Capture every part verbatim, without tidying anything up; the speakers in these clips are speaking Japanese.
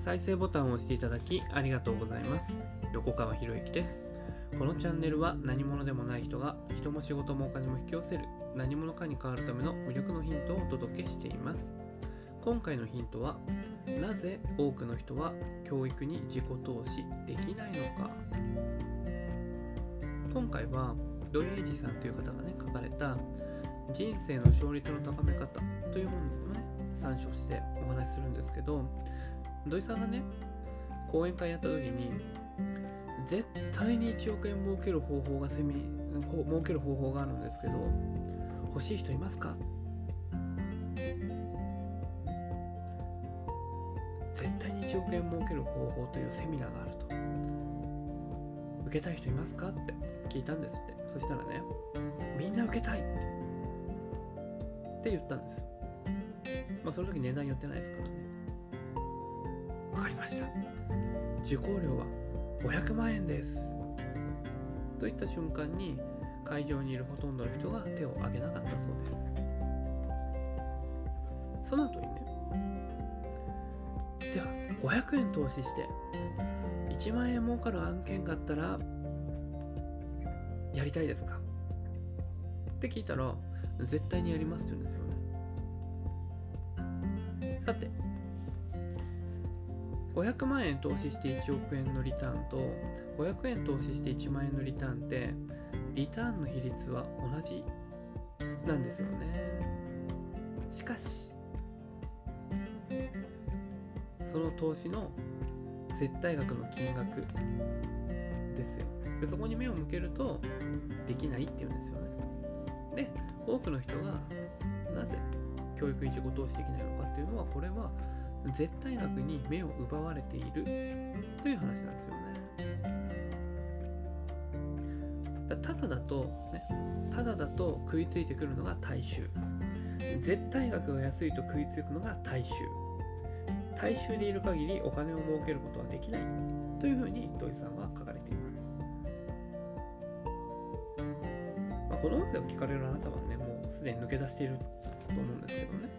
再生ボタンを押していただきありがとうございます。横川博之です。このチャンネルは何者でもない人が人も仕事もお金も引き寄せる何者かに変わるための魅力のヒントをお届けしています。今回のヒントは、なぜ多くの人は教育に自己投資できないのか。今回は土井英二さんという方がね書かれた人生の勝率の高め方という本をね参照してお話しするんですけど、土井さんがね講演会やった時に絶対にいちおくえん儲ける方法がセミ儲ける方法があるんですけど、欲しい人いますか？絶対にいちおくえん儲ける方法というセミナーがあると。受けたい人いますかって聞いたんですって。そしたらね、みんな受けたいってって言ったんですよ。まあその時値段言ってないですからね。わかりました。受講料はごひゃくまんえんです。といった瞬間に会場にいるほとんどの人が手を挙げなかったそうです。その後にね、ではごひゃくえん投資していちまんえん儲かる案件があったらやりたいですかって聞いたら、絶対にやりますって言うんですよね。さて、ごひゃくまんえん投資していちおくえんのリターンとごひゃくえん投資していちまんえんのリターンってリターンの比率は同じなんですよね。しかしその投資の絶対額の金額ですよ。でそこに目を向けるとできないっていうんですよね。で多くの人がなぜ教育に自己投資できないのかっていうのは、これは絶対額に目を奪われているという話なんですよね。だただだとね、ただだと食いついてくるのが大衆。絶対額が安いと食いつくのが大衆。大衆でいる限りお金を儲けることはできないというふうに土井さんは書かれています。まあ、この音声を聞かれるあなたはね、もうすでに抜け出していると思うんですけどね。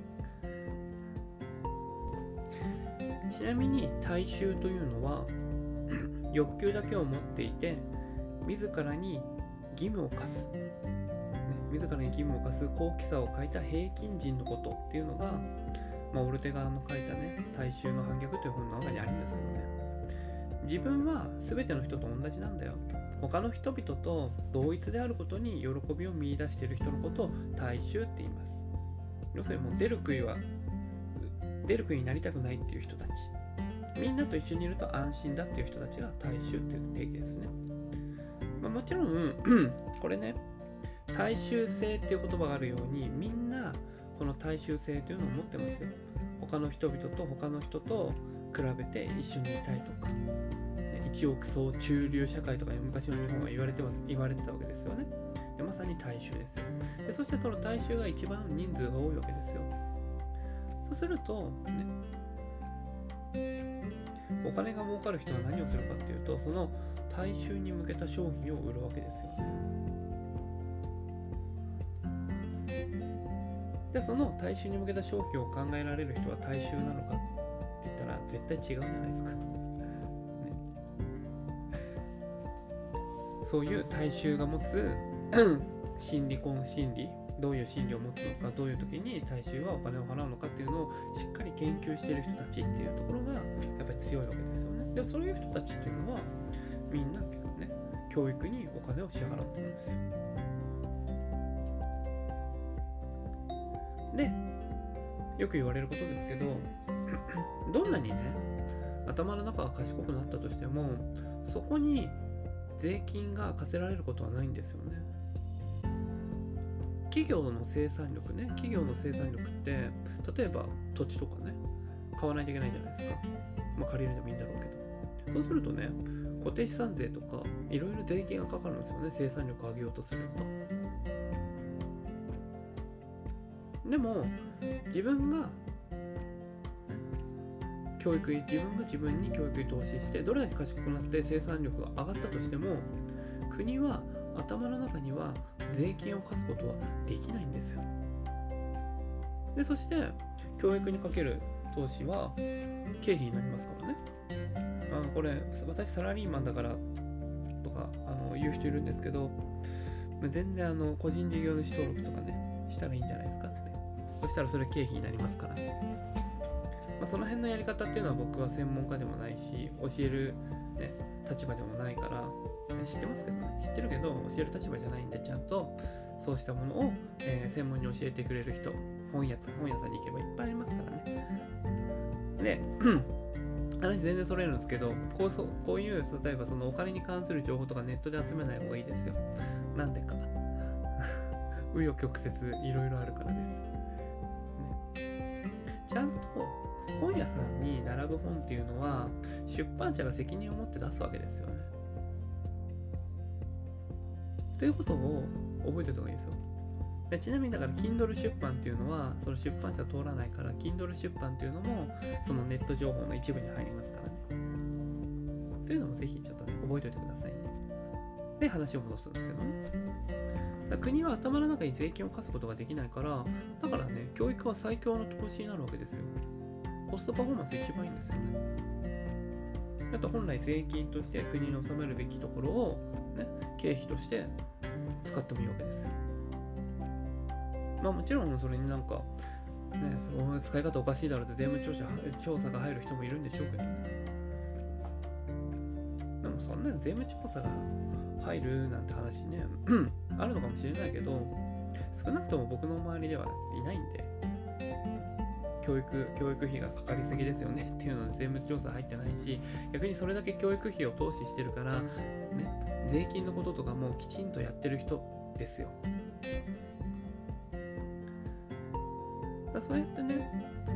ちなみに大衆というのは欲求だけを持っていて自らに義務を課す、ね、自らに義務を課す高貴さを書いた平均人のことっていうのが、まあ、オルテガの書いたね大衆の反逆という本の中にあるんですけどね、自分は全ての人と同じなんだよ、他の人々と同一であることに喜びを見出している人のことを大衆って言います。要するにもう出る杭は出る杭になりたくないっていう人たち、みんなと一緒にいると安心だっていう人たちが大衆っていう定義ですね。まあ、もちろんこれね、大衆性っていう言葉があるように、みんなこの大衆性というのを持ってますよ。他の人々と他の人と比べて一緒にいたいとか、一億総中流社会とかに昔の日本は言われては言われてたわけですよね。でまさに大衆ですよ。でそしてその大衆が一番人数が多いわけですよ。そうすると、ね、お金が儲かる人は何をするかっていうと、その大衆に向けた商品を売るわけですよね。でその大衆に向けた商品を考えられる人は大衆なのかって言ったら絶対違うじゃないですか、ね、そういう大衆が持つ心理婚心理、どういう心理を持つのか、どういう時に大衆はお金を払うのかっていうのをしっかり研究している人たちっていうところがやっぱり強いわけですよね。でそういう人たちっていうのはみんな、ね、教育にお金を支払ってるんですよ。でよく言われることですけどどんなにね頭の中が賢くなったとしても、そこに税金が課せられることはないんですよね。企業の生産力ね、企業の生産力って例えば土地とかね買わないといけないじゃないですか。まあ借りるでもいいんだろうけど、そうするとね固定資産税とかいろいろ税金がかかるんですよね、生産力を上げようとすると。でも自分が、ね、教育自分が自分に教育に投資してどれだけ賢くなって生産力が上がったとしても、国は頭の中には税金を課すことはできないんですよ。でそして教育にかける投資は経費になりますからね。あのこれ私サラリーマンだからとかあの言う人いるんですけど、全然あの個人事業主登録とかねしたらいいんじゃないですかって。そしたらそれ経費になりますからね。まあ、その辺のやり方っていうのは僕は専門家でもないし教える、ね、立場でもないから、ね、知ってますけどね知ってるけど教える立場じゃないんで、ちゃんとそうしたものを、えー、専門に教えてくれる人、本屋本屋さんに行けばいっぱいありますからね。で話全然それるんですけど、こうそこういう例えばそのお金に関する情報とかネットで集めない方がいいですよ。なんでか紆余曲折いろいろあるからです、ね、ちゃんと本屋さんに並ぶ本っていうのは出版社が責任を持って出すわけですよね。ということを覚えておいた方がいいですよ。でちなみにだから Kindle 出版っていうのはその出版社通らないから、 Kindle 出版っていうのもそのネット情報の一部に入りますからね。というのもぜひちょっとね覚えておいてくださいね。で話を戻すんですけどね。だ国は頭の中に税金を課すことができないから、だからね教育は最強の投資になるわけですよ。コストパフォーマンス一番いいんですよね。あと本来税金として国に納めるべきところを、ね、経費として使ってもいいわけですよ。まあもちろんそれになんか、ね、その使い方おかしいだろうって税務調査調査が入る人もいるんでしょうけどね。でもそんな税務調査が入るなんて話ねあるのかもしれないけど、少なくとも僕の周りではいないんで、教育教育費がかかりすぎですよねっていうので税務調査入ってないし、逆にそれだけ教育費を投資してるから、ね、税金のこととかもきちんとやってる人ですよ。だそうやってね、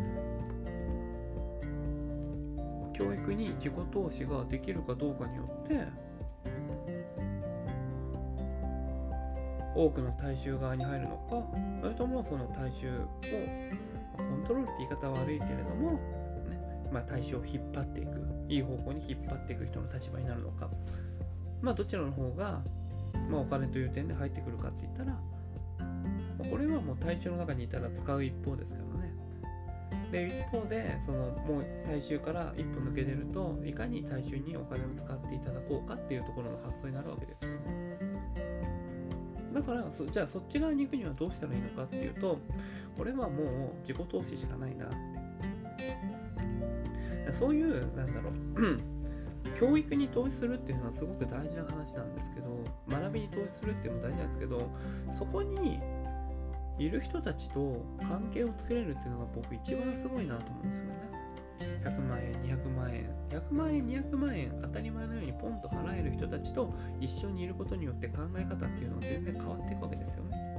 教育に自己投資ができるかどうかによって多くの大衆側に入るのか、それともその大衆をコントロールって言い方は悪いけれども、ねまあ、大衆を引っ張っていく、いい方向に引っ張っていく人の立場になるのか、まあどちらの方が、まあ、お金という点で入ってくるかって言ったら、これはもう大衆の中にいたら使う一方ですからね。で一方でそのもう大衆から一歩抜け出ると、いかに大衆にお金を使っていただこうかっていうところの発想になるわけですよね。だからそじゃあそっち側に行くにはどうしたらいいのかっていうと、これはもう自己投資しかないなって。そういうなんだろう教育に投資するっていうのはすごく大事な話なんですけど、学びに投資するっていうのも大事なんですけど、そこにいる人たちと関係を作れるっていうのが僕一番すごいなと思うんですよね。ひゃくまんえん、にひゃくまんえん、ひゃくまんえん、にひゃくまんえん当たり前のようにポンと払える人たちと一緒にいることによって考え方っていうのは全然変わっていくわけですよね。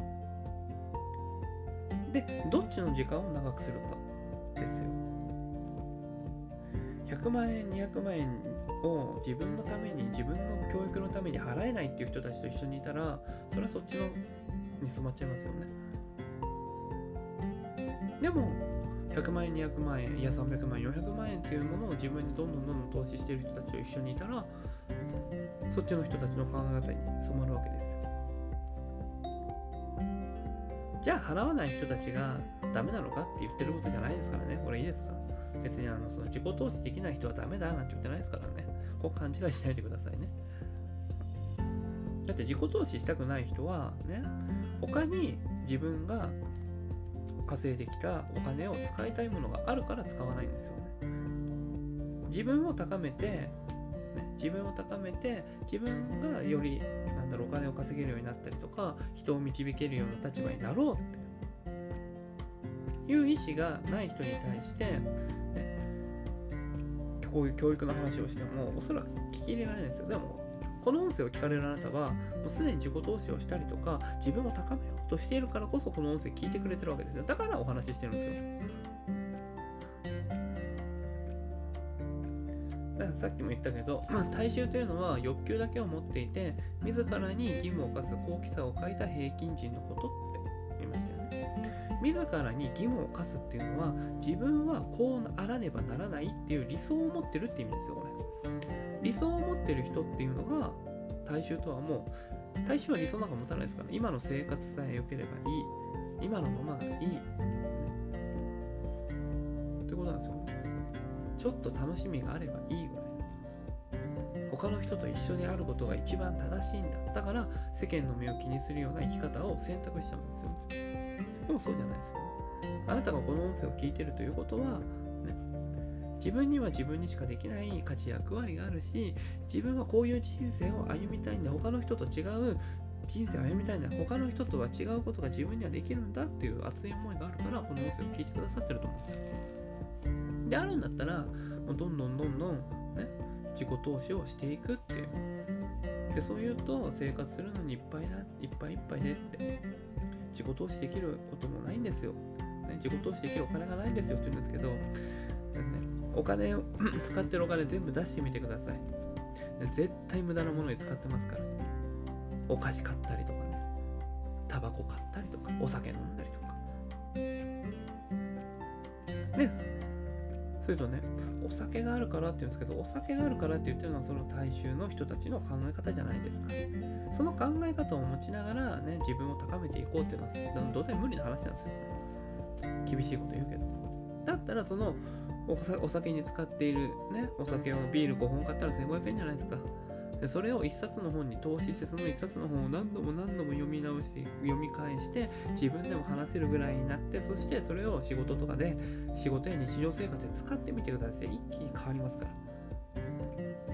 で、どっちの時間を長くするかですよ。ひゃくまんえん、にひゃくまんえんを自分のために、自分の教育のために払えないっていう人たちと一緒にいたら、それはそっちのに染まっちゃいますよね。でもひゃくまんえん、にひゃくまんえん、いやさんびゃくまん、よんひゃくまんえんっていうものを自分にどんどんどんどん投資している人たちと一緒にいたら、そっちの人たちの考え方に染まるわけですよ。じゃあ払わない人たちがダメなのかって言ってることじゃないですからね。これいいですか？別にあのその自己投資できない人はダメだなんて言ってないですからね。こう勘違いしないでくださいね。だって自己投資したくない人はね、他に自分が稼いできたお金を使いたいものがあるから使わないんですよね。自分を高めて、ね、自分を高めて自分がよりなんだろうお金を稼げるようになったりとか、人を導けるような立場になろうっていう意思がない人に対して、ね、こういう教育の話をしてもおそらく聞き入れられないですよ。でもこの音声を聞かれるあなたはもうすでに自己投資をしたりとか自分を高めようとしているからこそこの音声聞いてくれてるわけですよ。だからお話ししてるんですよ。だからさっきも言ったけど、まあ、大衆というのは欲求だけを持っていて自らに義務を課す高貴さを欠いた平均人のことって言いましたよね。自らに義務を課すっていうのは自分はこうあらねばならないっていう理想を持ってるって意味ですよ。これ理想を持ってる人っていうのが大衆とはもう、大衆は理想なんか持たないですから、今の生活さえ良ければいい、今のままがいいってことなんですよちょっと楽しみがあればいいぐらい。他の人と一緒にあることが一番正しいんだ。だから世間の目を気にするような生き方を選択しちゃうんですよ。でもそうじゃないですよね。あなたがこの音声を聞いてるということは、ね、自分には自分にしかできない価値や役割があるし、自分はこういう人生を歩みたいんだ。他の人と違う人生を歩みたいんだ。他の人とは違うことが自分にはできるんだっていう熱い思いがあるから、この音声を聞いてくださってると思うんですよ。であるんだったら、もうどんどんどんどんね、自己投資をしていくっていう。でそう言うと、生活するのにいっぱいだ、いっぱいいっぱいでって、自己投資できることもないんですよ。ね、自己投資できるお金がないんですよって言うんですけど、ね、お金を使ってるお金全部出してみてください。絶対無駄なものに使ってますから。お菓子買ったりとかね、タバコ買ったりとか、お酒飲んだりとか。で、それとね、お酒があるからって言うんですけど、お酒があるからって言ってるのはその大衆の人たちの考え方じゃないですか。その考え方を持ちながらね、自分を高めていこうっていうのは、どうせ無理な話なんですよ。厳しいこと言うけど。だったらそのお酒に使っているね、お酒をビールごほん買ったらせんごひゃくえんじゃないですか。でそれを一冊の本に投資して、その一冊の本を何度も何度も読み直し、読み返して、自分でも話せるぐらいになって、そしてそれを仕事とかで、仕事や日常生活で使ってみてください。一気に変わりますから。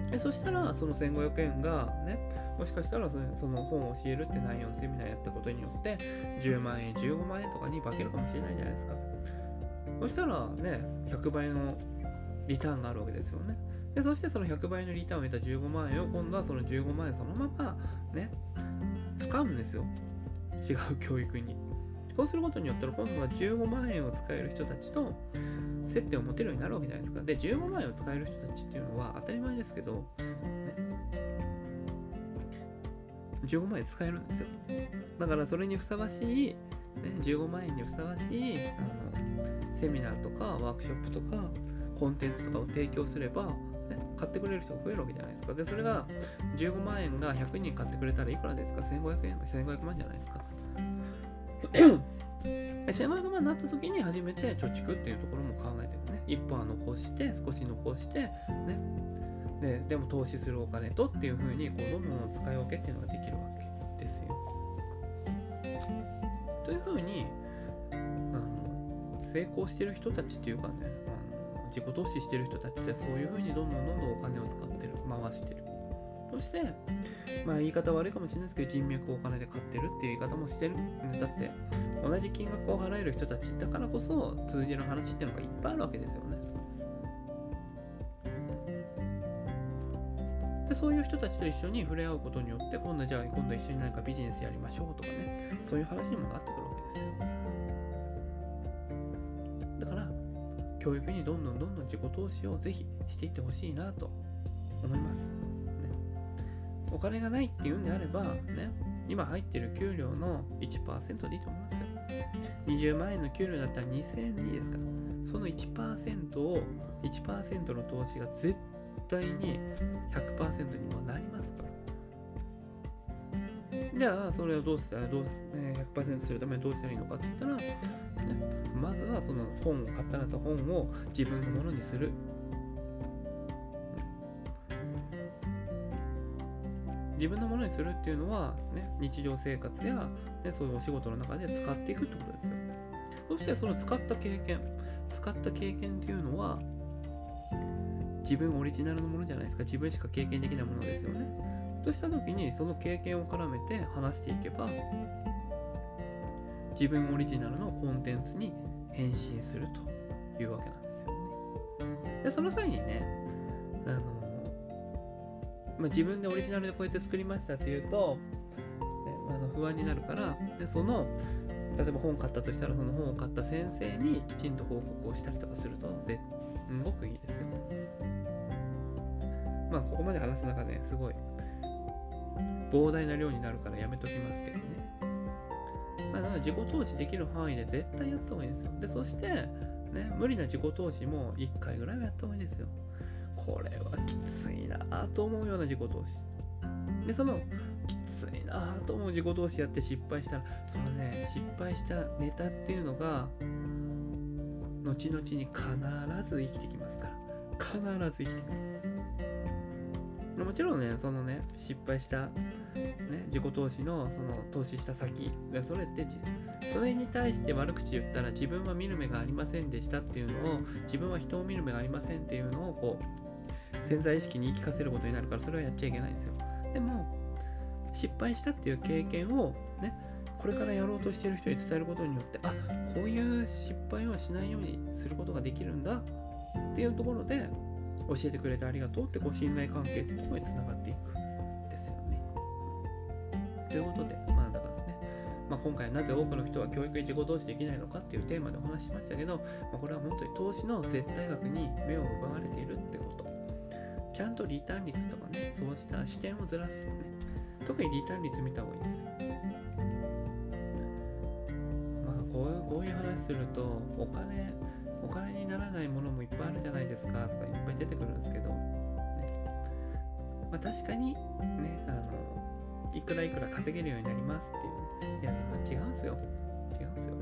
でそしたら、そのせんごひゃくえんがね、もしかしたらその、その本を教えるって内容のセミナーやったことによって、じゅうまんえん、じゅうごまんえんとかに化けるかもしれないじゃないですか。そしたらね、ひゃくばいのリターンがあるわけですよね。でそしてそのひゃくばいのリターンを得たじゅうごまんえんを今度はそのじゅうごまんえんそのままね、使うんですよ。違う教育に。そうすることによったら今度はじゅうごまんえんを使える人たちと接点を持てるようになるわけじゃないですか。で、じゅうごまんえんを使える人たちっていうのは当たり前ですけど、ね、じゅうごまんえん使えるんですよ。だからそれにふさわしい、ね、じゅうごまんえんにふさわしいあのセミナーとかワークショップとかコンテンツとかを提供すれば、ね、買ってくれる人が増えるわけじゃないですか。で、それがじゅうごまんえんがひゃくにん買ってくれたらいくらですか？ せんごひゃくえん、せんごひゃくまんじゃないですか。せんごひゃくまんになった時に初めて貯蓄っていうところも考えてるね。一歩は残して、少し残して、ね。で、でも投資するお金とっていう風に、こう、どんどん使い分けっていうのができるわけですよ。という風に、あの、成功してる人たちっていうかね、あの自己投資してる人たちってそういう風にどんどんどんどんお金を使ってる、回してる。そして、まあ言い方悪いかもしれないですけど、人脈をお金で買ってるっていう言い方もしてる。だって、同じ金額を払える人たちだからこそ通じる話っていうのがいっぱいあるわけですよね。で、そういう人たちと一緒に触れ合うことによって、今度じゃあ今度一緒に何かビジネスやりましょうとかね、そういう話にもなってくるわけですよ。だから、教育にどんどんどんどん自己投資をぜひしていってほしいなと思います。ね、お金がないっていうんであれば、ね、今入ってる給料の いちパーセント でいいと思いますよ。にじゅうまんえんの給料だったらにせんえんでいいですから。その いちパーセント を、いちパーセント の投資が絶対に ひゃくパーセント にもなりますから。じゃあ、それをどうしたら、どうす、ね、ひゃくパーセント するためにどうしたらいいのかって言ったら、ね、まずはその本を買ったらと本を自分のものにする。自分のものにするっていうのは、ね、日常生活や、ね、そういうお仕事の中で使っていくってことですよ。そしてその使った経験、使った経験っていうのは自分オリジナルのものじゃないですか。自分しか経験できないものですよね。とした時にその経験を絡めて話していけば、自分オリジナルのコンテンツに変身するというわけなんですよね。で、その際にね、あのまあ、自分でオリジナルでこうやって作りましたっていうと、ね、あの不安になるから、でその例えば本を買ったとしたら、その本を買った先生にきちんと報告をしたりとかするとすごくいいですよ。まあここまで話す中で、ね、すごい膨大な量になるからやめときますけどね。まあ、だから自己投資できる範囲で絶対やった方がいいですよ。で、そして、ね、無理な自己投資もいっかいぐらいはやった方がいいですよ。これはきついなぁと思うような自己投資。で、そのきついなぁと思う自己投資やって失敗したら、そのね、失敗したネタっていうのが、後々に必ず生きてきますから。 必ず生きてくる。もちろんね、そのね、失敗した、ね、自己投資のその投資した先で、それってそれに対して悪口言ったら自分は見る目がありませんでしたっていうのを、自分は人を見る目がありませんっていうのをこう潜在意識に言い聞かせることになるから、それはやっちゃいけないんですよ。でも失敗したっていう経験をね、これからやろうとしている人に伝えることによって、あ、こういう失敗をしないようにすることができるんだっていうところで、教えてくれてありがとうってこう信頼関係っていうところにつながっていくんですよね。ということで、まあだからですね、まあ、今回なぜ多くの人は教育に自己投資できないのかっていうテーマでお話ししましたけど、まあ、これは本当に投資の絶対額に目を奪われているってこと。ちゃんとリターン率とかね、そうした視点をずらすね。特にリターン率見た方がいいですよ。まあこういう、こういう話すると、お金、お金にならないものもいっぱいあるじゃないですかとかいっぱい出てくるんですけど、ね、まあ確かにね、あの、いくらいくら稼げるようになりますっていうね。いや、ね、まあ、違うんですよ。違うんですよ。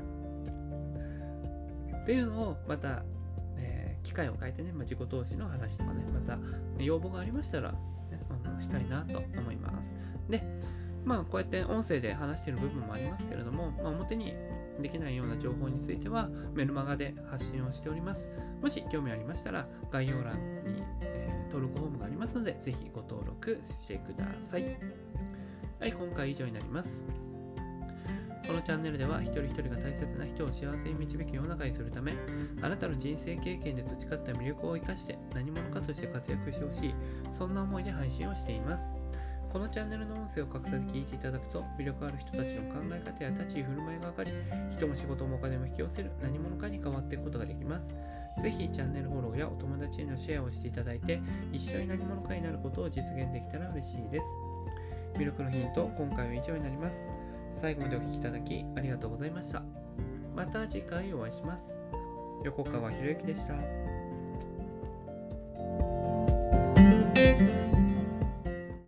っていうのをまた、えー、機会を変えてね、まあ、自己投資の話とかね、また、ね、要望がありましたら、ね、あのしたいなと思います。で、まあこうやって音声で話している部分もありますけれども、まあ、表にできないような情報についてはメルマガで発信をしております。もし興味ありましたら概要欄に、えー、登録フォームがありますので、ぜひご登録してください。はい、今回以上になります。このチャンネルでは一人一人が大切な人を幸せに導く世の中にするため、あなたの人生経験で培った魅力を生かして何者かとして活躍してほしい、そんな思いで配信をしています。このチャンネルの音声を隠さず聞いていただくと、魅力ある人たちの考え方や立ち居振る舞いが分かり、人も仕事もお金も引き寄せる何者かに変わっていくことができます。ぜひチャンネルフォローやお友達へのシェアをしていただいて、一緒に何者かになることを実現できたら嬉しいです。魅力のヒント、今回は以上になります。最後までお聞きいただきありがとうございました。また次回お会いします。横川博之でした。